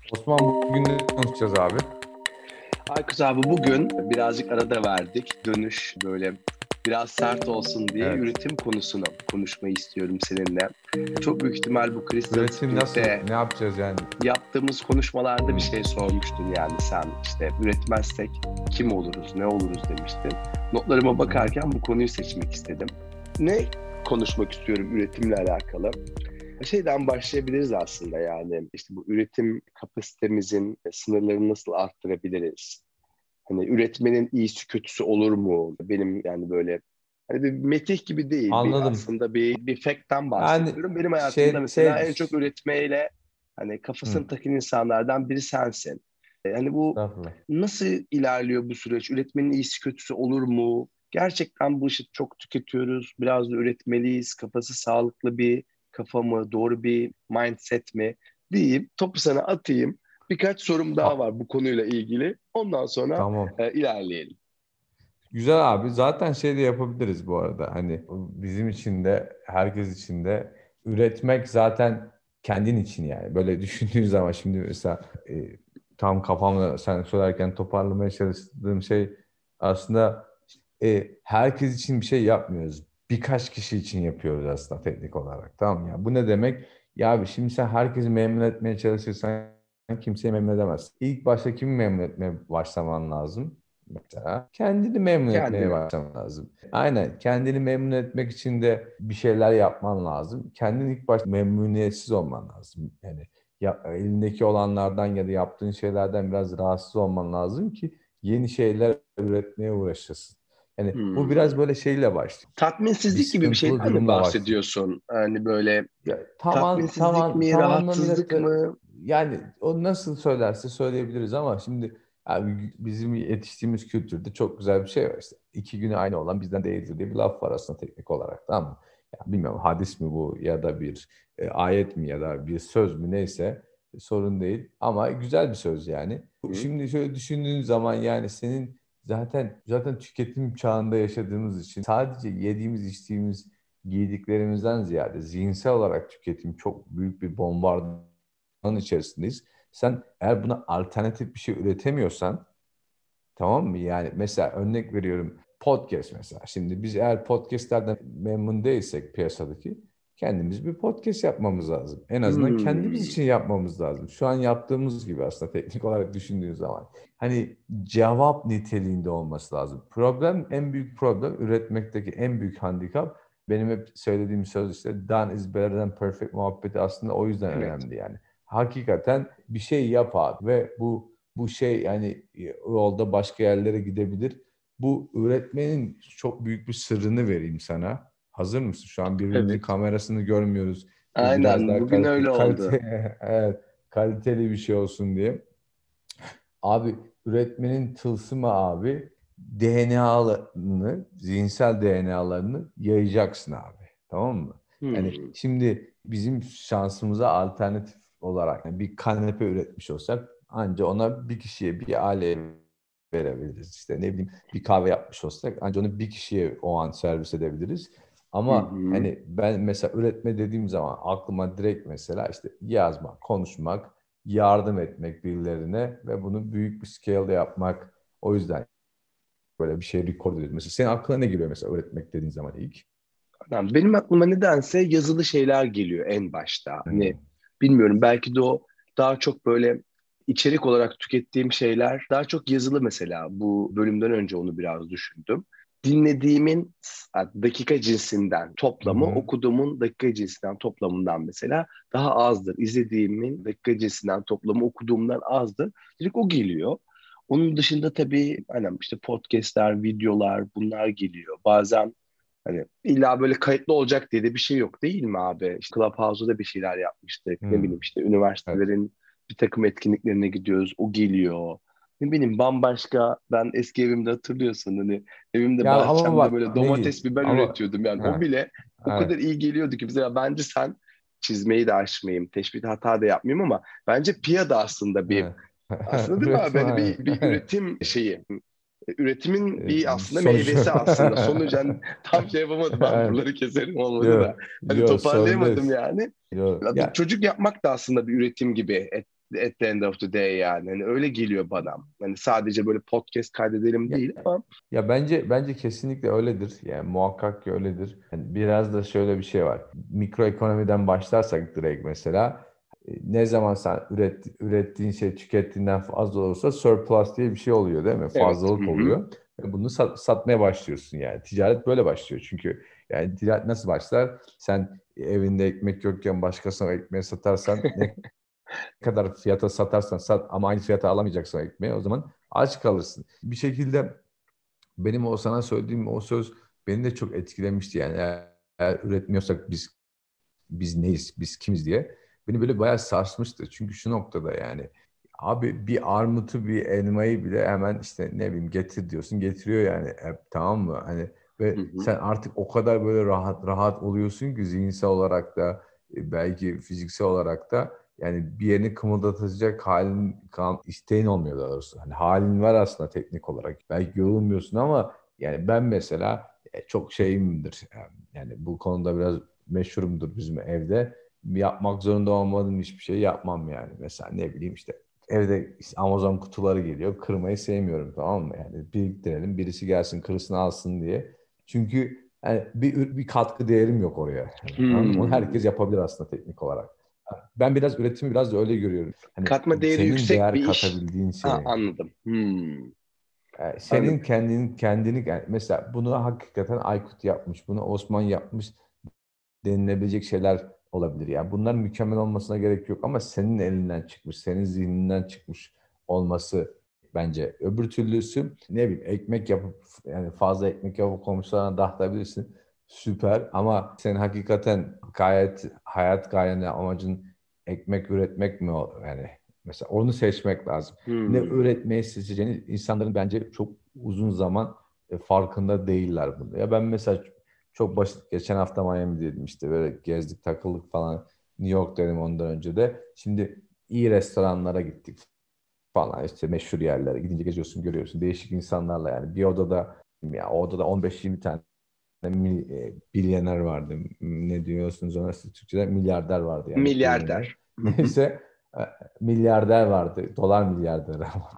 Osman bugün ne konuşacağız abi? Aykut abi bugün birazcık arada verdik. Dönüş böyle biraz sert olsun diye Evet. üretim konusunu konuşmayı istiyorum seninle. Çok büyük ihtimal bu Crystal Üretim nasıl? Sprint'te Ne yapacağız yani? yaptığımız konuşmalarda bir Hmm. şey sormuştun yani sen işte üretmezsek kim oluruz, ne oluruz demiştin. Notlarıma bakarken bu konuyu seçmek istedim. Ne konuşmak istiyorum üretimle alakalı? Şeyden başlayabiliriz aslında yani işte bu üretim kapasitemizin sınırlarını nasıl arttırabiliriz? Hani üretmenin iyisi kötüsü olur mu? Benim yani böyle hani bir metih gibi değil bir Anladım. aslında bir fact'ten Yani bahsediyorum. Benim hayatımda şey mesela şey en çok üretmeyle hani Hı, kafasını takan insanlardan biri sensin. Yani bu estağfurullah. nasıl ilerliyor bu süreç? Üretmenin iyisi kötüsü olur mu? Gerçekten bu işi çok tüketiyoruz. Biraz da üretmeliyiz. Kafası sağlıklı bir kafa mı? Doğru bir mindset mi? Diyeyim. Topu sana atayım. Birkaç sorum daha Ta- var bu konuyla ilgili. Ondan sonra tamam. ilerleyelim. Güzel abi. Zaten şey de yapabiliriz bu arada. Hani bizim için de herkes için de üretmek zaten kendin için yani. Böyle düşündüğün zaman şimdi mesela tam kafamda sen söylerken toparlamaya çalıştığım şey aslında herkes için bir şey yapmıyoruz. Birkaç kişi için yapıyoruz aslında teknik olarak. Tamam mı? Ya bu ne demek? Ya abi şimdi sen herkesi memnun etmeye çalışırsan kimseyi memnun edemezsin. İlk başta kimi memnun etmeye başlaman lazım? Mesela kendini memnun etmeye Kendini. başlaman lazım. Aynen. Kendini memnun etmek için de bir şeyler yapman lazım. Kendini ilk başta memnuniyetsiz olman lazım. Yani elindeki olanlardan ya da yaptığın şeylerden biraz rahatsız olman lazım ki yeni şeyler üretmeye uğraşasın. Yani bu biraz Hmm. böyle şeyle başlıyor. Bir Tatminsizlik gibi bir sıkıntılı şeyden mi durumla başlıyor. bahsediyorsun? Hani böyle Ya, tatminsizlik mi, tam anlamıyla rahatsızlık mı? yani o nasıl söylerse söyleyebiliriz ama şimdi abi, bizim yetiştiğimiz kültürde çok güzel bir şey var işte. İki günü aynı olan bizden değildir diye bir laf var aslında teknik olarak, tamam mı? Ya, bilmiyorum hadis mi bu ya da bir ayet mi ya da bir söz mü neyse sorun değil ama güzel bir söz yani. Hı? Şimdi şöyle düşündüğün zaman yani senin zaten tüketim çağında yaşadığımız için sadece yediğimiz içtiğimiz giydiklerimizden ziyade zihinsel olarak tüketim çok büyük bir bombardıman içerisindeyiz. Sen eğer buna alternatif bir şey üretemiyorsan, tamam mı? Yani mesela örnek veriyorum, podcast mesela. Şimdi biz eğer podcastlerden memnun değilsek piyasadaki, kendimiz bir podcast yapmamız lazım. En azından kendimiz Hmm. için yapmamız lazım. Şu an yaptığımız gibi aslında teknik olarak düşündüğün zaman. Hani cevap niteliğinde olması lazım. En büyük problem üretmekteki en büyük handikap, benim hep söylediğim söz işte done is better than perfect muhabbeti aslında o yüzden Evet. önemli yani. Hakikaten bir şey yap abi ve bu şey yani yolda başka yerlere gidebilir. Bu üretmenin çok büyük bir sırrını vereyim sana. Hazır mısın? Şu an birbirimizin Evet. kamerasını görmüyoruz. Bu biraz Aynen. daha Bugün öyle oldu. evet, kaliteli bir şey olsun diye. Abi üretmenin tılsımı abi DNA'larını, zihinsel DNA'larını yayacaksın abi. Tamam mı? Yani Hmm. şimdi bizim şansımıza alternatif olarak yani bir kanepe üretmiş olsak anca ona bir kişiye bir aileye verebiliriz. İşte ne bileyim bir kahve yapmış olsak anca onu bir kişiye o an servis edebiliriz. Hı Ama hı. hani ben mesela üretme dediğim zaman aklıma direkt mesela işte yazmak, konuşmak, yardım etmek birilerine ve bunu büyük bir scale'de yapmak. O yüzden böyle bir şey record ediyoruz. Mesela senin aklına ne geliyor mesela öğretmek dediğin zaman ilk? Tamam. Benim aklıma nedense yazılı şeyler geliyor en başta. Hani Hmm. bilmiyorum belki de o daha çok böyle içerik olarak tükettiğim şeyler daha çok yazılı mesela. Bu bölümden önce onu biraz düşündüm. Dinlediğimin dakika cinsinden Hı toplamı hı. okuduğumun dakika cinsinden toplamından mesela daha azdır. İzlediğimin dakika cinsinden toplamı okuduğumdan azdır. Direkt o geliyor. Onun dışında tabii hani işte podcastler, videolar bunlar geliyor. Bazen hani illa böyle kayıtlı olacak diye de bir şey yok değil mi abi? İşte Clubhouse'da da bir şeyler yapmıştık. Ne Hmm. bileyim işte Evet. üniversitelerin bir takım etkinliklerine gidiyoruz. O geliyor. Ne bileyim bambaşka ben eski evimde hatırlıyorsun hani evimde Ya ama bahçemde bak böyle neyi? domates biber Ama üretiyordum yani o ha, bile o kadar evet. iyi geliyordu ki bize bence sen çizmeyi de aşmayayım teşbih hata da yapmayayım ama bence Pia da aslında bir Evet. aslında değil mi abi? Üretim Hani evet. bir üretim şeyi. Üretimin bir aslında Sonucu. meyvesi aslında. Sonucu hani tam şey yapamadım ben Evet. buraları keserim olmadı da. Yok, Hani yok, sorun toparlayamadım değil. yani. Yok. Ya bir Ya çocuk yapmak da aslında bir üretim gibi. at the end of the day yani. Hani öyle geliyor bana. Hani sadece böyle podcast kaydedelim Ya, değil ama. ya bence kesinlikle öyledir. Yani muhakkak ki öyledir. Yani biraz da şöyle bir şey var. Mikroekonomiden başlarsak direkt mesela ne zaman sen ürettiğin şey tükettiğinden fazla olursa surplus diye bir şey oluyor değil mi? Evet. Hı Fazlalık hı. oluyor. Ve bunu satmaya başlıyorsun yani. Ticaret böyle başlıyor çünkü. Yani ticaret nasıl başlar? Sen evinde ekmek yokken başkasına ekmeği satarsan ne kadar fiyata satarsan sat ama aynı fiyata alamayacaksın ekmeği o zaman aç kalırsın. Bir şekilde benim o sana söylediğim o söz beni de çok etkilemişti yani eğer üretmiyorsak biz neyiz, biz kimiz diye. Beni böyle bayağı sarsmıştı. Çünkü şu noktada yani abi bir armutu bir elmayı bile hemen işte ne bileyim getir diyorsun getiriyor yani tamam mı? Hani Hı ve hı. sen artık o kadar böyle rahat oluyorsun ki zihinsel olarak da belki fiziksel olarak da yani bir yerini kımıldatacak isteğin olmuyor daha doğrusu. Hani halin var aslında teknik olarak. Belki yorulmuyorsun ama yani ben mesela çok şeyimdir. Yani bu konuda biraz meşhurumdur bizim evde. Yapmak zorunda olmadığım hiçbir şeyi yapmam yani. Mesela ne bileyim işte evde işte Amazon kutuları geliyor. Kırmayı sevmiyorum tamam mı? Yani biriktirelim birisi gelsin kırsın alsın diye. Çünkü yani bir katkı değerim yok oraya. Yani, anladın mı? Onu Hmm. herkes yapabilir aslında teknik olarak. Ben biraz üretimi biraz da öyle görüyorum. Hani Katma değeri senin yüksek bir değer iş. katabildiğin Ha, şeyin. anladım. Hmm. Senin Anladım. kendini yani mesela bunu hakikaten Aykut yapmış, bunu Osman yapmış denilebilecek şeyler olabilir. Yani bunlar mükemmel olmasına gerek yok ama senin elinden çıkmış, senin zihninden çıkmış olması bence. Öbür türlüsü ne bileyim ekmek yapıp yani fazla ekmek yapıp komşularına dağıtabilirsin. Süper ama sen hakikaten gayet hayat gayene amacın ekmek üretmek mi yani mesela onu seçmek lazım. Ne Hmm. üretmeyi seçeceğini insanların bence çok uzun zaman farkında değiller bunda. Ya ben mesela çok basit. Geçen hafta Miami'deydim işte böyle gezdik takıldık falan. New York dedim ondan önce de. Şimdi iyi restoranlara gittik falan işte meşhur yerlere gidince geziyorsun görüyorsun değişik insanlarla yani bir odada ya o odada 15-20 tane milyoner vardı. Ne diyorsunuz ona siz Türkçe'de milyarder vardı yani billionaire. Milyarder. Hı hı. Neyse milyarder vardı. Dolar milyarderi ama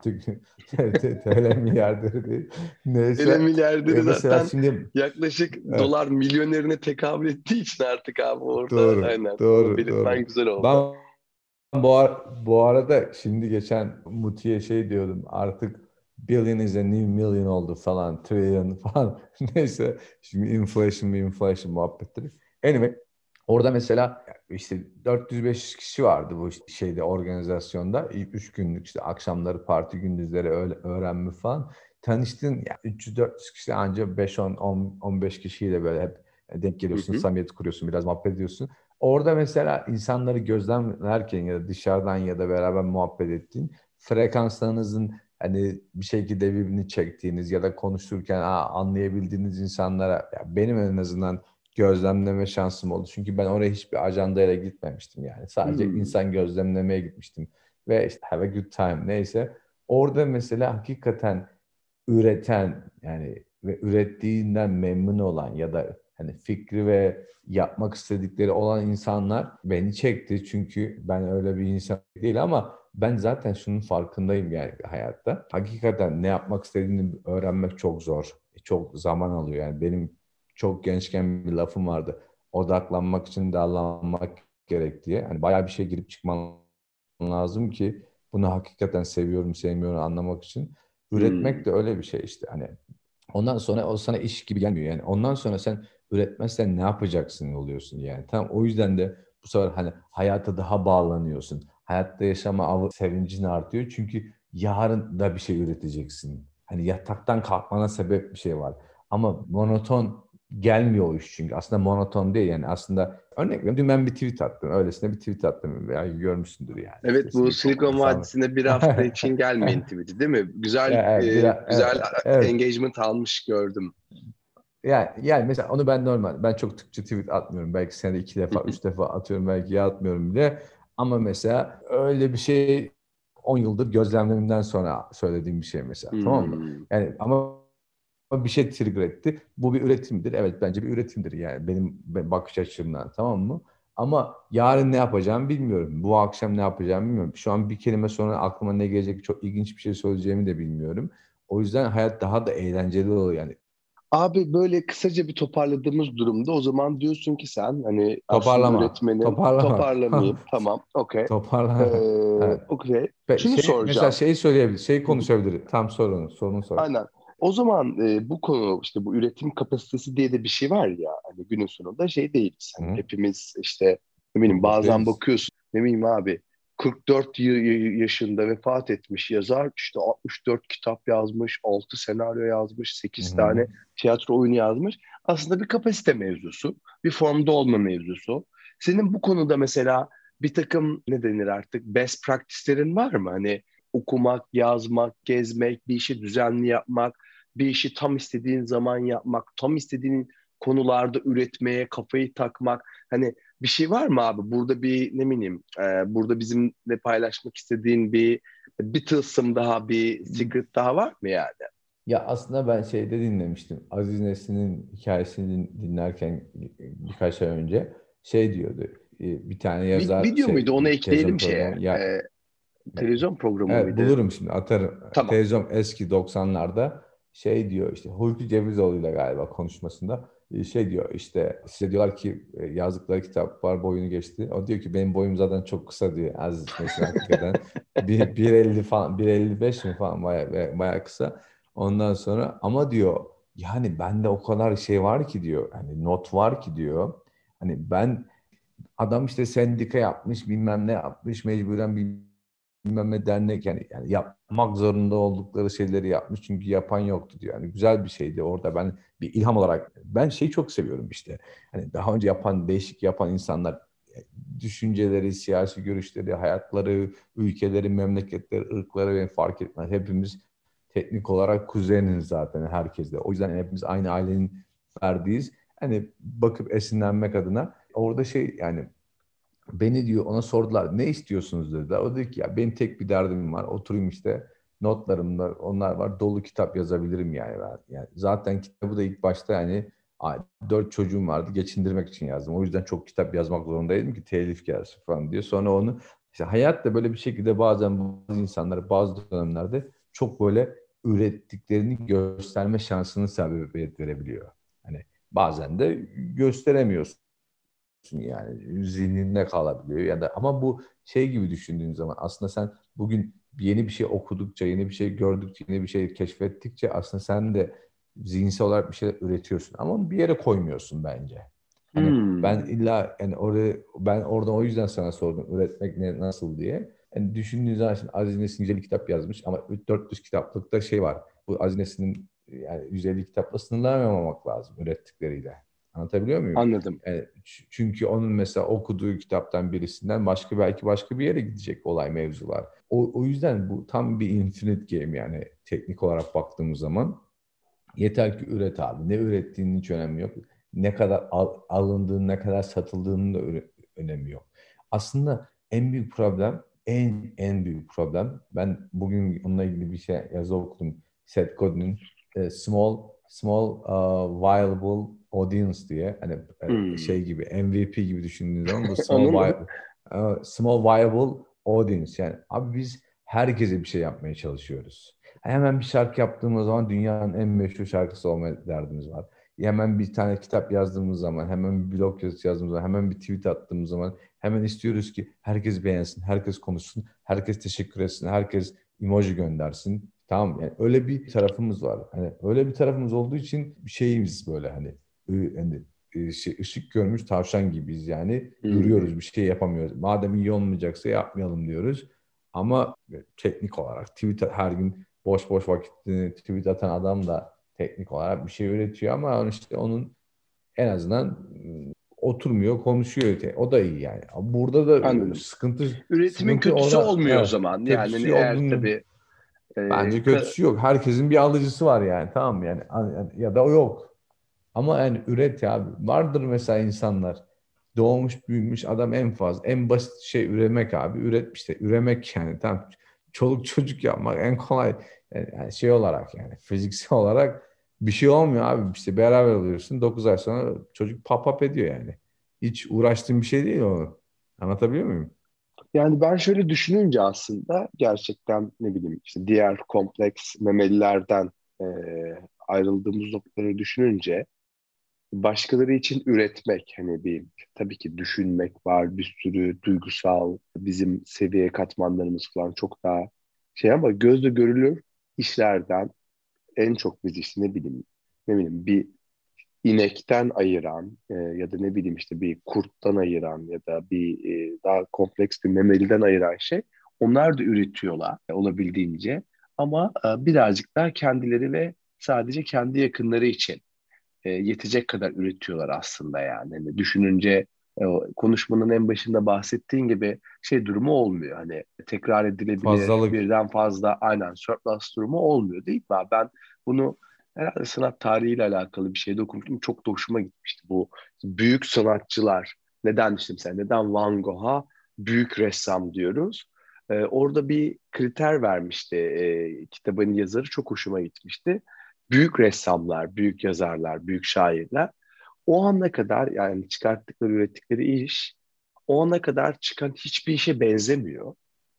TL milyarderi değil. Hele Neyse milyarderi mesela zaten şimdi yaklaşık evet, dolar milyonerine tekabül ettiği için artık abi orada doğru, aynen onu doğru, belirtmen doğru. güzel oldu. Ben bu arada şimdi geçen Muti'ye şey diyordum artık billion is a new million oldu falan, trillion falan. Neyse şimdi inflation muhabbetleri. Anyway orada mesela işte 400-500 kişi vardı bu işte şeyde organizasyonda. İlk 3 günlük işte akşamları parti gündüzleri öğrenme falan. Tanıştın ya 300-400 kişi ancak 5-10-15 kişiyle böyle hep denk Hı geliyorsun, hı. samimiyet kuruyorsun, biraz muhabbet ediyorsun. Orada mesela insanları gözlemlerken ya da dışarıdan ya da beraber muhabbet ettiğin frekanslarınızın hani bir şekilde birbirini çektiğiniz ya da konuşurken anlayabildiğiniz insanlara ya benim en azından gözlemleme şansım oldu. Çünkü ben oraya hiçbir ajandayla gitmemiştim yani. Sadece Hmm. insan gözlemlemeye gitmiştim. Ve işte have a good time neyse. Orada mesela hakikaten üreten yani ve ürettiğinden memnun olan ya da hani fikri ve yapmak istedikleri olan insanlar beni çekti. Çünkü ben öyle bir insan değil ama ben zaten şunun farkındayım yani hayatta. Hakikaten ne yapmak istediğini öğrenmek çok zor. Çok zaman alıyor. Yani benim çok gençken bir lafım vardı. Odaklanmak için darlanmak gerek diye. Hani bayağı bir şey girip çıkman lazım ki bunu hakikaten seviyorum, sevmiyorum anlamak için. Üretmek Hmm. de öyle bir şey işte. Hani ondan sonra o sana iş gibi gelmiyor. Yani ondan sonra sen üretmezsen ne yapacaksın oluyorsun yani. Tamam o yüzden de bu sefer hani hayata daha bağlanıyorsun. Hayatta yaşama sevincin artıyor. Çünkü yarın da bir şey üreteceksin. Hani yataktan kalkmana sebep bir şey var. Ama monoton gelmiyor o iş çünkü. Aslında monoton değil yani. Aslında örnek veriyorum. Dün ben bir tweet attım. Öylesine bir tweet attım. Veya görmüşsündür yani. İşte Evet, bu Silikon Silikon Vadisi. Vadisi'ne bir hafta için gelmeyin tweet'i değil mi? Güzel güzel Evet. engagement almış gördüm. Yani mesela onu ben normal. Ben çok Türkçe tweet atmıyorum. Belki senede 2 defa, 3 defa atıyorum. Belki ya atmıyorum bile. Ama mesela öyle bir şey 10 yıldır gözlemlememden sonra söylediğim bir şey mesela. Tamam mı? Hmm. Yani ama bir şey trigger etti. Bu bir üretimdir. Evet bence bir üretimdir yani benim bakış açımdan tamam mı? Ama yarın ne yapacağımı bilmiyorum. Bu akşam ne yapacağımı bilmiyorum. Şu an bir kelime sonra aklıma ne gelecek, çok ilginç bir şey söyleyeceğimi de bilmiyorum. O yüzden hayat daha da eğlenceli oluyor yani. Abi böyle kısaca bir toparladığımız durumda o zaman diyorsun ki sen hani aslında Toparlama. üretmenin Toparlama. toparlamayayım tamam okey. Toparlama. Evet. Okey. Şunu Şey, mesela soracağım. şeyi söyleyebilir, şey Hı hı. konuşabilir. Tam sorunu sor. Aynen. O zaman bu konu işte bu üretim kapasitesi diye de bir şey var ya hani günün sonunda şey değiliz. Hani Hı-hı. hepimiz işte ne bileyim Robot bazen değiliz. bakıyorsun ne bileyim abi 44 yaşında vefat etmiş yazar işte 64 kitap yazmış, 6 senaryo yazmış, 8 Hı-hı. tane tiyatro oyunu yazmış. Aslında bir kapasite mevzusu, bir formda olma mevzusu. Senin bu konuda mesela bir takım ne denir artık best practice'lerin var mı? Hani okumak, yazmak, gezmek, bir işi düzenli yapmak, bir işi tam istediğin zaman yapmak, tam istediğin konularda üretmeye kafayı takmak. Hani bir şey var mı abi? Burada bir ne bileyim, burada bizimle paylaşmak istediğin bir tılsım daha, bir secret daha var mı yani? Ya aslında ben şeyde dinlemiştim. Aziz Nesin'in hikayesini dinlerken birkaç ay önce şey diyordu. Bir tane yazar Video şey muydu? Onu televizyon ekleyelim programı şeye. ya Televizyon programı evet, mıydı? bulurum şimdi atarım. Tamam. Televizyon eski 90'larda şey diyor işte Hulki Cevizoğlu'yla galiba konuşmasında şey diyor işte size diyorlar ki yazdıkları kitaplar boyunu geçti. O diyor ki benim boyum zaten çok kısa diyor. Aziz Nesin hakikaten 1.50 falan 1.55 mi falan baya kısa. Ondan sonra ama diyor yani bende o kadar şey var ki diyor. Hani not var ki diyor. Hani ben adam işte sendika yapmış bilmem ne yapmış mecburen bilmem ne dernek yani yapmak zorunda oldukları şeyleri yapmış çünkü yapan yoktu diyor. Yani güzel bir şeydi orada ben bir ilham olarak ben şeyi çok seviyorum işte. Hani daha önce yapan değişik yapan insanlar düşünceleri, siyasi görüşleri, hayatları, ülkeleri, memleketleri, ırkları ve fark etmez. Hepimiz teknik olarak kuzeniz zaten herkesle. O yüzden hepimiz aynı ailenin ferdiyiz. Hani bakıp esinlenmek adına orada şey yani beni diyor ona sordular ne istiyorsunuz dediler. O dedi ki ya benim tek bir derdim var. Oturayım işte notlarımda onlar var. Dolu kitap yazabilirim yani ben. Yani zaten kitabı da ilk başta yani 4 çocuğum vardı. Geçindirmek için yazdım. O yüzden çok kitap yazmak zorundaydım ki telif gelsin falan diyor. Sonra onu işte hayat da böyle bir şekilde bazen bazı insanlara bazı dönemlerde çok böyle ürettiklerini gösterme şansını sebebiyet verebiliyor. Hani bazen de gösteremiyorsun yani zihninde kalabiliyor ya da ama bu şey gibi düşündüğün zaman aslında sen bugün yeni bir şey okudukça, yeni bir şey gördükçe, yeni bir şey keşfettikçe aslında sen de zihinsel olarak bir şeyler üretiyorsun ama onu bir yere koymuyorsun bence. Hani ben Hmm. illa yani orada ben orada o yüzden sana sordum üretmek ne nasıl diye. Yani düşündüğün zaman şimdi Aziz Nesin 150 kitap yazmış ama 400 kitaplıkta şey var. Bu Aziz Nesin'in yani 150 kitapla sınırlamamak lazım ürettikleriyle. Anlatabiliyor muyum? Anladım. Çünkü onun mesela okuduğu kitaptan birisinden belki başka bir yere gidecek olay mevzular. O yüzden bu tam bir infinite game yani teknik olarak baktığımız zaman. Yeter ki üret abi. Ne ürettiğinin hiç önemi yok. Ne kadar alındığının, ne kadar satıldığının da önemi yok. Aslında en büyük problem, en büyük problem. Ben bugün onunla ilgili bir şey yazı okudum. Seth Godin'in small viable audience diye hani Hmm. şey gibi MVP gibi düşündüğün zaman bu Anladım. small viable audience yani abi biz herkese bir şey yapmaya çalışıyoruz. Hemen bir şarkı yaptığımız zaman dünyanın en meşhur şarkısı olma derdimiz var. Hemen bir tane kitap yazdığımız zaman, hemen bir blog yazısı yazdığımız zaman, hemen bir tweet attığımız zaman hemen istiyoruz ki herkes beğensin, herkes konuşsun, herkes teşekkür etsin, herkes emoji göndersin. Tamam yani öyle bir tarafımız var. Hani öyle bir tarafımız olduğu için bir şeyimiz böyle hani şey, ışık görmüş tavşan gibiyiz yani. Hmm. Duruyoruz, bir şey yapamıyoruz. Madem iyi olmayacaksa yapmayalım diyoruz. Ama teknik olarak tweet her gün boş boş vakitini tweet atan adam da teknik olarak bir şey üretiyor ama işte onun en azından oturmuyor, konuşuyor. O da iyi yani. Burada da Anladım. sıkıntı Üretimin sıkıntı kötüsü orada. olmuyor o Evet, zaman. Yani hani kötüsü eğer olduğunu tabii e, bence ka- kötüsü yok. Herkesin bir alıcısı var yani tamam mı? Yani ya da o yok. Ama yani üret ya. Vardır mesela insanlar. Doğmuş büyümüş adam en fazla. En basit şey üremek abi. Üretmiş de. Üremek yani. Tamam. Çoluk çocuk yapmak en kolay. Yani şey olarak yani fiziksel olarak bir şey olmuyor abi. İşte beraber oluyorsun. 9 ay sonra çocuk pop up ediyor yani. hiç uğraştığım bir şey değil o. Anlatabiliyor muyum? Yani ben şöyle düşününce aslında gerçekten ne bileyim işte diğer kompleks memelilerden e, ayrıldığımız noktaları düşününce başkaları için üretmek hani bir tabii ki düşünmek var, bir sürü duygusal bizim seviye katmanlarımız falan çok daha şey ama gözle görülür işlerden en çok biz işte ne bileyim bir inekten ayıran ya da ne bileyim işte bir kurttan ayıran ya da bir daha kompleks bir memeliden ayıran şey onlar da üretiyorlar olabildiğince ama birazcık daha kendileri ve sadece kendi yakınları için yetecek kadar üretiyorlar aslında yani. Hani düşününce o konuşmanın en başında bahsettiğin gibi şey durumu olmuyor. Hani tekrar edilebilir Fazlalık. birden fazla aynen surplus durumu olmuyor değil mi? Ben bunu herhalde sanat tarihiyle alakalı bir şeyde okumuştum. Çok da hoşuma gitmişti. Bu büyük sanatçılar neden işte mesela neden Van Gogh'a büyük ressam diyoruz? Orada bir kriter vermişti kitabın yazarı. Çok hoşuma gitmişti büyük ressamlar, büyük yazarlar, büyük şairler o ana kadar yani çıkarttıkları, ürettikleri iş o ana kadar çıkan hiçbir işe benzemiyor.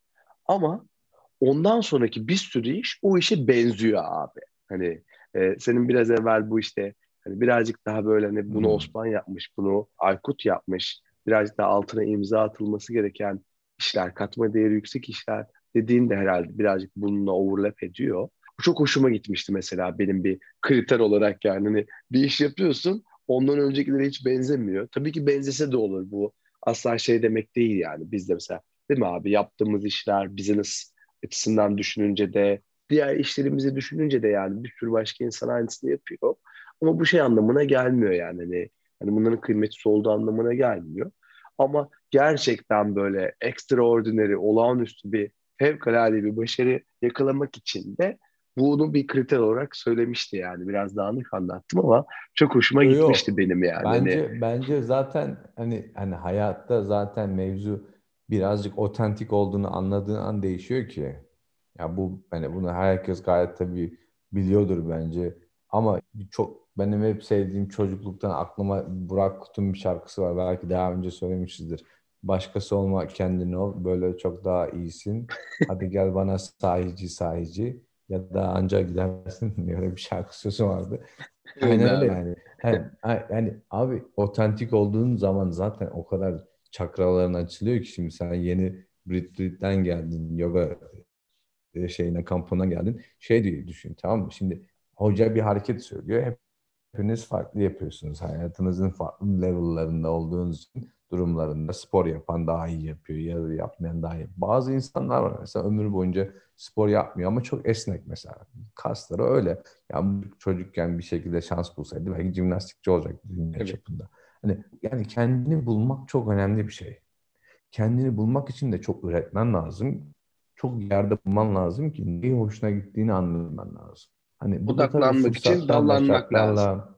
Ama ondan sonraki bir sürü iş o işe benziyor abi. Hani senin biraz evvel bu işte hani birazcık daha böyle hani bunu Hmm. Osman yapmış, bunu Aykut yapmış, birazcık daha altına imza atılması gereken işler, katma değeri yüksek işler dediğin de herhalde birazcık bununla overlap ediyor. Bu çok hoşuma gitmişti mesela benim bir kriter olarak yani hani bir iş yapıyorsun ondan öncekilere hiç benzemiyor. Tabii ki benzese de olur bu asla şey demek değil yani biz de mesela değil mi abi yaptığımız işler business açısından düşününce de diğer işlerimizi düşününce de yani bir sürü başka insan aynısını yapıyor. Ama bu şey anlamına gelmiyor yani hani bunların kıymetsiz olduğu anlamına gelmiyor. Ama gerçekten böyle extraordinary, olağanüstü bir fevkalade bir başarı yakalamak için de bunu bir kriter olarak söylemişti yani. Biraz dağınık anlattım ama çok hoşuma Yo gitmişti yo. benim yani. Hani Bence zaten hani hayatta zaten mevzu birazcık otentik olduğunu anladığın an değişiyor ki. Ya bu hani bunu herkes gayet tabii biliyordur bence. Ama çok benim hep sevdiğim çocukluktan aklıma Burak Kut'un bir şarkısı var. Belki daha önce söylemişizdir. Başkası olma kendin ol. Böyle çok daha iyisin. Hadi gel bana sahici sahici. Ya da ancak gidersin. Öyle bir şarkı sözü vardı. evet Aynen öyle abi. yani. Yani abi otantik olduğun zaman zaten o kadar çakraların açılıyor ki şimdi sen yeni Brit'ten geldin yoga şeyine kampına geldin. Şey diye düşün tamam mı? Şimdi hoca bir hareket söylüyor. Hepiniz farklı yapıyorsunuz. Hayatınızın farklı level'larında olduğunuz için durumlarında spor yapan daha iyi yapıyor ya da yapmayan daha iyi. Bazı insanlar var mesela ömür boyunca spor yapmıyor ama çok esnek mesela. Kasları öyle. Yani çocukken bir şekilde şans bulsaydı belki jimnastikçi olacaktı dünya Evet. çapında. Hani yani kendini bulmak çok önemli bir şey. Kendini bulmak için de çok üretmen lazım. Çok yerde bulman lazım ki neyi hoşuna gittiğini anlaman lazım. Hani bu da tabii Odaklanmak için fırsatlarla, dallanmak lazım. şartlarla.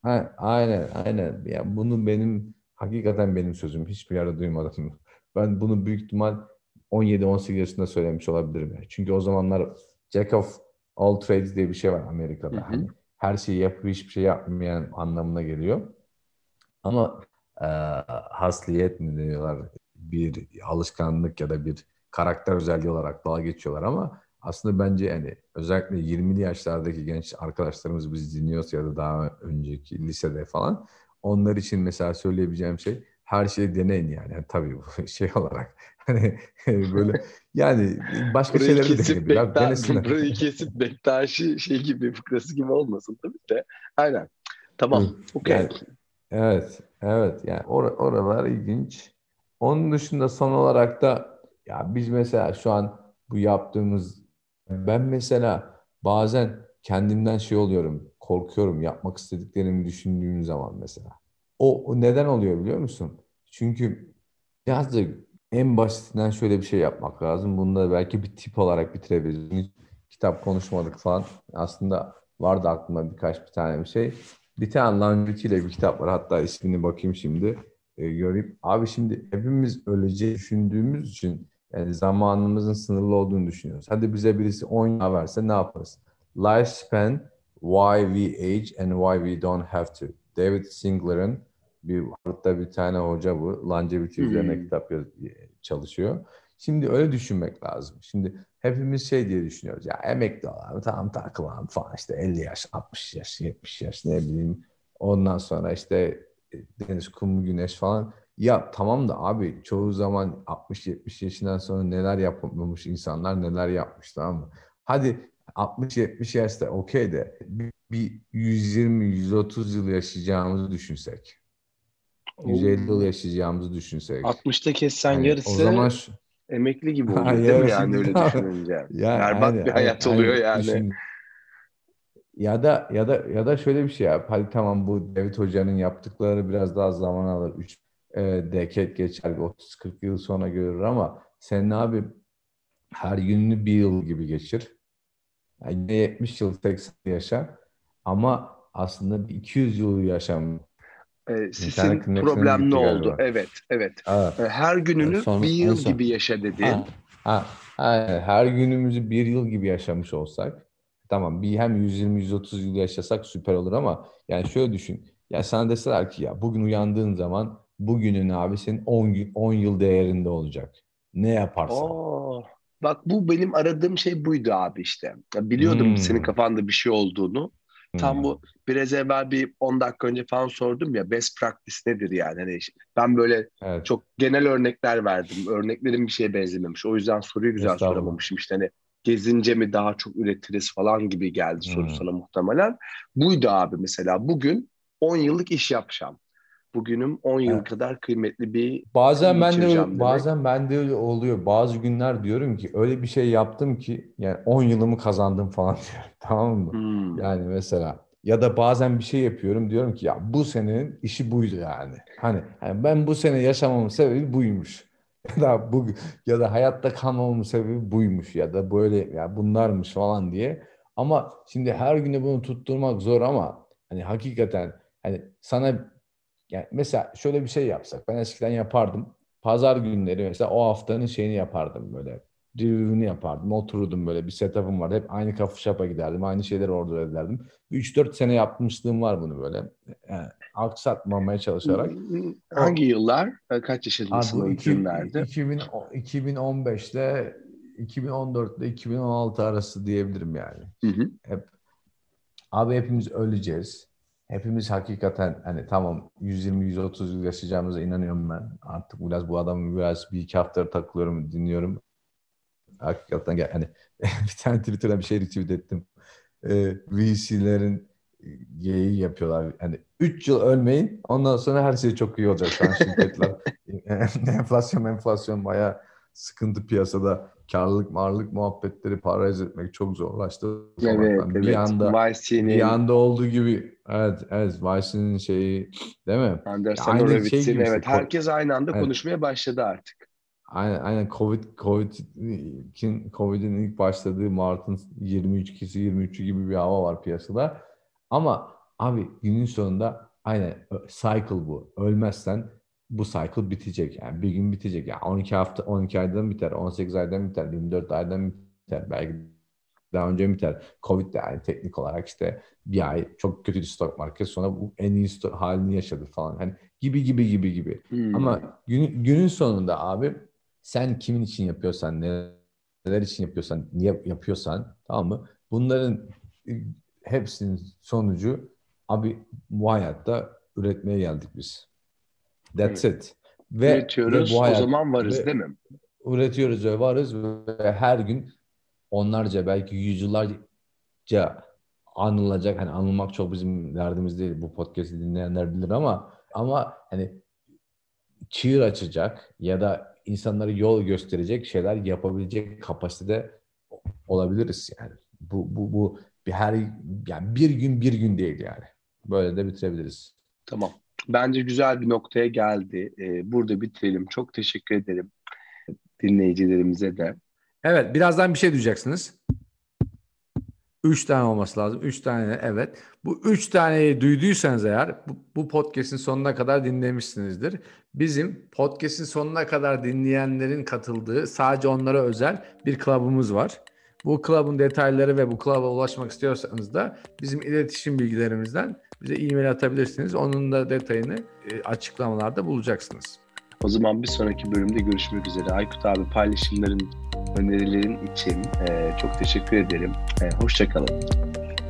Aynen. Ya bunu hakikaten benim sözüm. Hiçbir yerde duymadım. Ben bunu büyük ihtimal 17-18 yaşında söylemiş olabilirim. Çünkü o zamanlar Jack of all trades diye bir şey var Hı Amerika'da. hı. Hani her şeyi yapıp hiçbir şey yapmayan anlamına geliyor. Ama e, hasliyet mi diyorlar bir alışkanlık ya da bir karakter özelliği olarak dalga geçiyorlar ama aslında bence yani özellikle 20'li yaşlardaki genç arkadaşlarımız biz dinliyorsa ya da daha önceki lisede falan onlar için mesela söyleyebileceğim şey her şeyi deneyin yani tabii bu şey olarak hani böyle yani başka Burayı şeyleri de kesip deneyebilir abi denesinler. burayı kesip Bektaşi şey gibi fıkrası gibi olmasın tabii de. Aynen. Tamam. Okey. Yani evet yani oralar ilginç. Onun dışında son olarak da ya biz mesela şu an bu yaptığımız ben mesela bazen kendimden şey oluyorum, korkuyorum yapmak istediklerimi düşündüğüm zaman mesela. O neden oluyor biliyor musun? Çünkü birazcık en basitinden şöyle bir şey yapmak lazım. Bunu da belki bir tip olarak bitirebiliriz. Hiç kitap konuşmadık falan. Aslında vardı aklımda bir tane bir şey. Bir tane Longevity ile bir kitap var. Hatta ismini bakayım şimdi. Göreyim. Abi şimdi hepimiz öleceği düşündüğümüz için yani zamanımızın sınırlı olduğunu düşünüyoruz. Hadi bize birisi 10 yıl verse ne yaparız? Lifespan, Why We Age and Why We Don't Have to. David Sinclair'ın Bir Harvard'da bir tane hoca bu. Longevity üzerine Hmm. kitap çalışıyor. Şimdi öyle düşünmek lazım. Şimdi hepimiz şey diye düşünüyoruz. Ya emekli olalım, tamam takılalım falan işte 50 yaş, 60 yaş, 70 yaş ne bileyim. Ondan sonra işte deniz, kum, güneş falan. Ya tamam da abi çoğu zaman 60-70 yaşından sonra neler yapmamış insanlar neler yapmış, tamam mı? Hadi 60-70 yaşta okey de bir 120-130 yıl yaşayacağımızı düşünsek. 150 yıl Oo. yaşayacağımızı düşünsek. 60'ta kessen Hani o yarısı zaman emekli gibi oluyor değil mi yarısı yani öyle gider. düşününce? Ya Berbat hani, bir hayat oluyor hani yani. düşün. Ya da şöyle bir şey yap. Hadi tamam bu David Hoca'nın yaptıkları biraz daha zaman alır. 3 decade geçer. 30-40 yıl sonra görür ama senin abi her gününü bir yıl gibi geçir. Yani yine 70 yıl 80 yaşa ama aslında bir 200 yıl yaşam. İnternet Sesin connection'ımız problemli gitti oldu. galiba. Evet, evet. Ha, Her gününü bir en yıl son. gibi yaşa Ha, dedin. ha, her günümüzü bir yıl gibi yaşamış olsak tamam bir hem 120-130 yıl yaşasak süper olur ama yani şöyle düşün. Ya sana deseler ki ya bugün uyandığın zaman bugünün abi senin 10 yıl değerinde olacak. Ne yaparsan. Oo, bak bu benim aradığım şey buydu abi işte. Ya biliyordum senin Hmm, kafanda bir şey olduğunu. Tam hmm, bu biraz evvel bir 10 dakika önce falan sordum ya best practice nedir yani? Hani ben böyle evet. çok genel örnekler verdim. Örneklerim bir şeye benzememiş. O yüzden soruyu güzel Estağfurullah. soramamışım. İşte hani gezince mi daha çok üretiriz falan gibi geldi soru Hmm. sana muhtemelen. Buydu abi mesela bugün 10 yıllık iş yapacağım. Bugünüm 10 yıl kadar kıymetli bir Bazen ben de geçireceğim demek. bazen bende öyle oluyor. Bazı günler diyorum ki öyle bir şey yaptım ki yani 10 yılımı kazandım falan diyorum. Tamam mı? Hmm. Yani mesela ya da bazen bir şey yapıyorum diyorum ki ya bu senenin işi buydu yani. Hani ben bu sene yaşamamın sebebi buymuş. Ya da ya da hayatta kalmamın sebebi buymuş ya da böyle ya bunlarmış falan diye. Ama şimdi her güne bunu tutturmak zor ama hani hakikaten hani sana yani mesela şöyle bir şey yapsak. Ben eskiden yapardım. Pazar günleri mesela o haftanın şeyini yapardım böyle. Review'unu yapardım. Otururdum böyle bir setup'ım vardı. Hep aynı coffee shop'a giderdim. Aynı şeyleri order ederdim. 3-4 sene yapmışlığım var bunu böyle. Yani aksatmamaya çalışarak. Hangi O yıllar? Kaç abi yaşındasın bu o günlerde? 2015 ile 2014 ile 2016 arası diyebilirim yani. Hı hı. Hep abi hepimiz öleceğiz. Hepimiz hakikaten hani tamam 120-130 yıl yaşayacağımıza inanıyorum ben. Artık biraz bu adamı biraz bir iki hafta takılıyorum, dinliyorum. Hakikaten hani bir tane Twitter'da bir şey retweet ettim. VC'lerin geyiği yapıyorlar. Hani 3 yıl ölmeyin ondan sonra her şey çok iyi olacak. Şu an şirketler enflasyon bayağı sıkıntı piyasada. Karlılık marlık muhabbetleri paralize etmek çok zorlaştı falan Evet, filan. Bir evet. anda bir Vice'nin, anda olduğu gibi evet Vice'nin şeyi değil mi? Ya Anderson aynı şey Horowitz'in, gibi işte evet. Herkes aynı anda evet, konuşmaya başladı artık. aynen Covid'in ilk başladığı Mart'ın 22'si 23'ü gibi bir hava var piyasada. Ama abi günün sonunda aynen cycle bu. Ölmezsen bu cycle bitecek. Yani bir gün bitecek. Yani 12 hafta 12 aydan biter, 18 aydan biter, 24 aydan biter. Belki daha önce biter. Covid de yani teknik olarak işte bir ay çok kötü bir stock market sonra bu en iyi halini yaşadı falan. Hani gibi gibi gibi gibi. Hmm. Ama günün sonunda abi sen kimin için yapıyorsan, neler için yapıyorsan, niye yapıyorsan tamam mı? Bunların e, hepsinin sonucu abi bu hayatta üretmeye geldik biz. That's Evet. it. Ve Üretiyoruz, bu o hayat zaman varız ve değil mi? üretiyoruz ve varız ve her gün onlarca belki yüzyıllarca anılacak. Hani anılmak çok bizim derdimiz değil. Bu podcast'i dinleyenler bilir ama hani çığır açacak ya da insanlara yol gösterecek şeyler yapabilecek kapasitede olabiliriz yani. Bu yani bir gün bir gün değil yani. Böyle de bitirebiliriz. Tamam. Bence güzel bir noktaya geldi. Burada bitirelim. Çok teşekkür ederim dinleyicilerimize de. Evet, birazdan bir şey duyacaksınız. Üç tane olması lazım. Üç tane evet. Bu üç taneyi duyduysanız eğer bu podcast'in sonuna kadar dinlemişsinizdir. Bizim podcast'in sonuna kadar dinleyenlerin katıldığı sadece onlara özel bir klubumuz var. Bu club'un detayları ve bu club'a ulaşmak istiyorsanız da bizim iletişim bilgilerimizden bize e-mail atabilirsiniz. Onun da detayını açıklamalarda bulacaksınız. O zaman bir sonraki bölümde görüşmek üzere. Aykut abi, paylaşımların, önerilerin için çok teşekkür ederim. Hoşça kalın.